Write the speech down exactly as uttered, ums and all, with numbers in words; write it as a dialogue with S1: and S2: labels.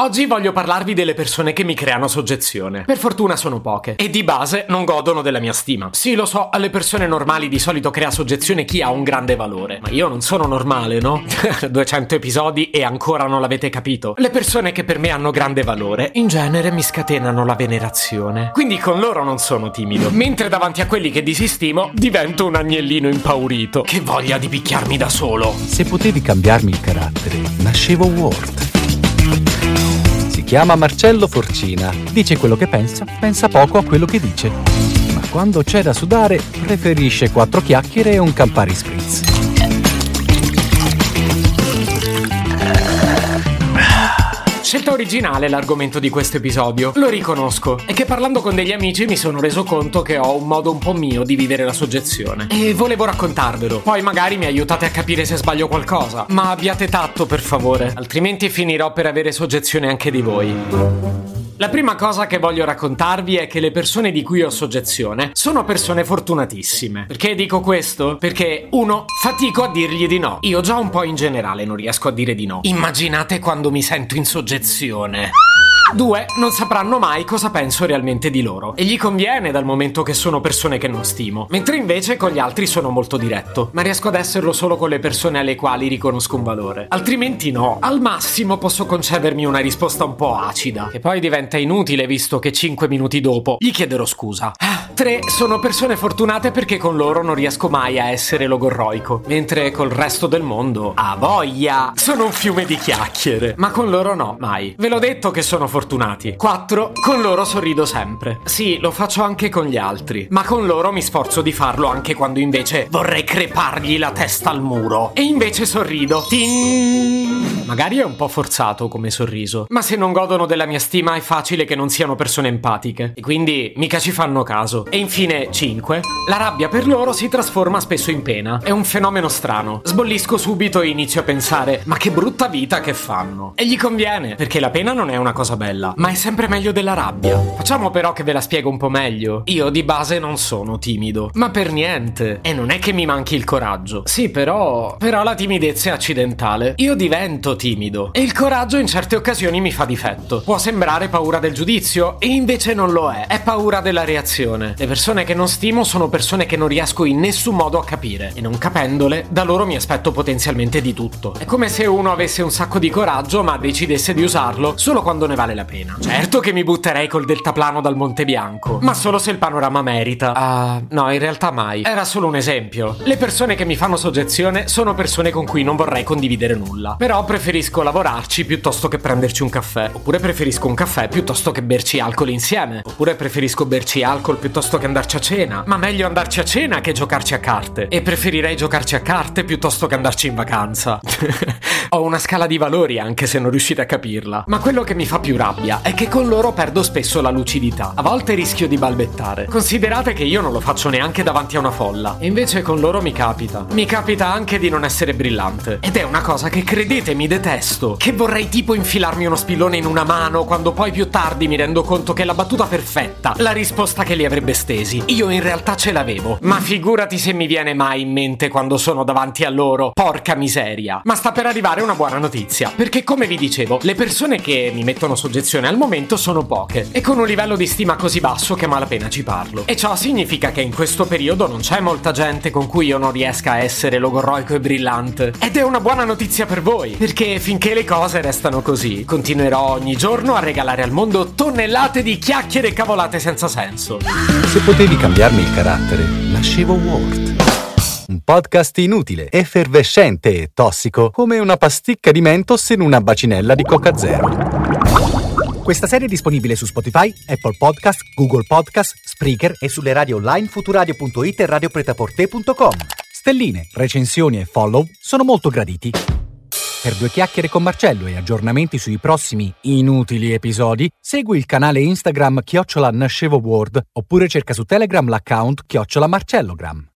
S1: Oggi voglio parlarvi delle persone che mi creano soggezione. Per fortuna sono poche e di base non godono della mia stima. Sì, lo so, alle persone normali di solito crea soggezione chi ha un grande valore, ma io non sono normale, no? duecento episodi e ancora non l'avete capito. Le persone che per me hanno grande valore in genere mi scatenano la venerazione, quindi con loro non sono timido, mentre davanti a quelli che disistimo divento un agnellino impaurito che voglia di picchiarmi da solo.
S2: Se potevi cambiarmi il carattere, nascevo Ward. Si chiama Marcello Forcina, dice quello che pensa, pensa poco a quello che dice, ma quando c'è da sudare preferisce quattro chiacchiere e un Campari Spritz.
S1: Scelta originale l'argomento di questo episodio, lo riconosco, è che parlando con degli amici mi sono reso conto che ho un modo un po' mio di vivere la soggezione e volevo raccontarvelo, poi magari mi aiutate a capire se sbaglio qualcosa, ma abbiate tatto per favore, altrimenti finirò per avere soggezione anche di voi. La prima cosa che voglio raccontarvi è che le persone di cui ho soggezione sono persone fortunatissime. Perché dico questo? Perché, uno, fatico a dirgli di no. Io già un po' in generale non riesco a dire di no. Immaginate quando mi sento in soggezione. Due, non sapranno mai cosa penso realmente di loro. E gli conviene dal momento che sono persone che non stimo. Mentre invece con gli altri sono molto diretto. Ma riesco ad esserlo solo con le persone alle quali riconosco un valore. Altrimenti no. Al massimo posso concedermi una risposta un po' acida, che poi diventa inutile visto che cinque minuti dopo gli chiederò scusa. Tre, sono persone fortunate perché con loro non riesco mai a essere logorroico. Mentre col resto del mondo, a voglia! Sono un fiume di chiacchiere. Ma con loro no, mai. Ve l'ho detto che sono fortunati. quattro. Con loro sorrido sempre. Sì, lo faccio anche con gli altri, ma con loro mi sforzo di farlo anche quando invece vorrei crepargli la testa al muro. E invece sorrido. Ting! Magari è un po' forzato come sorriso, ma se non godono della mia stima è facile che non siano persone empatiche e quindi mica ci fanno caso. E infine cinque. La rabbia per loro si trasforma spesso in pena. È un fenomeno strano. Sbollisco subito e inizio a pensare: ma che brutta vita che fanno. E gli conviene, perché la pena non è una cosa bella, ma è sempre meglio della rabbia. Facciamo però che ve la spiego un po' meglio. Io di base non sono timido, ma per niente. E non è che mi manchi il coraggio. Sì, però però la timidezza è accidentale. Io divento timido e il coraggio in certe occasioni mi fa difetto. Può sembrare paura del giudizio e invece non lo è. È paura della reazione. Le persone che non stimo sono persone che non riesco in nessun modo a capire e non capendole da loro mi aspetto potenzialmente di tutto. È come se uno avesse un sacco di coraggio ma decidesse di usarlo solo quando ne vale la pena. Certo che mi butterei col deltaplano dal Monte Bianco, ma solo se il panorama merita. Ah, uh, no, in realtà mai. Era solo un esempio. Le persone che mi fanno soggezione sono persone con cui non vorrei condividere nulla. Però preferisco lavorarci piuttosto che prenderci un caffè. Oppure preferisco un caffè piuttosto che berci alcol insieme. Oppure preferisco berci alcol piuttosto che andarci a cena. Ma meglio andarci a cena che giocarci a carte. E preferirei giocarci a carte piuttosto che andarci in vacanza. Ho una scala di valori anche se non riuscite a capirla. Ma quello che mi fa più rabbia è che con loro perdo spesso la lucidità. A volte rischio di balbettare. Considerate che io non lo faccio neanche davanti a una folla. E invece con loro mi capita. Mi capita anche di non essere brillante. Ed è una cosa che credetemi detesto. Che vorrei tipo infilarmi uno spillone in una mano quando poi più tardi mi rendo conto che è la battuta perfetta, la risposta che li avrebbe stesi. Io in realtà ce l'avevo. Ma figurati se mi viene mai in mente quando sono davanti a loro. Porca miseria. Ma sta per arrivare una buona notizia. Perché come vi dicevo, le persone che mi mettono soggezione al momento sono poche e con un livello di stima così basso che a malapena ci parlo. E ciò significa che in questo periodo non c'è molta gente con cui io non riesca a essere logorroico e brillante. Ed è una buona notizia per voi, perché finché le cose restano così, continuerò ogni giorno a regalare al mondo tonnellate di chiacchiere e cavolate senza senso.
S2: Se potevi cambiarmi il carattere, nascevo Ward. Un podcast inutile, effervescente e tossico, come una pasticca di Mentos in una bacinella di Coca Zero. Questa serie è disponibile su Spotify, Apple Podcast, Google Podcast, Spreaker e sulle radio online futuradio punto it e radio pretaporte punto com. Stelline, recensioni e follow sono molto graditi. Per due chiacchiere con Marcello e aggiornamenti sui prossimi inutili episodi, segui il canale Instagram chiocciola nascevo Ward oppure cerca su Telegram l'account chiocciola Marcellogram.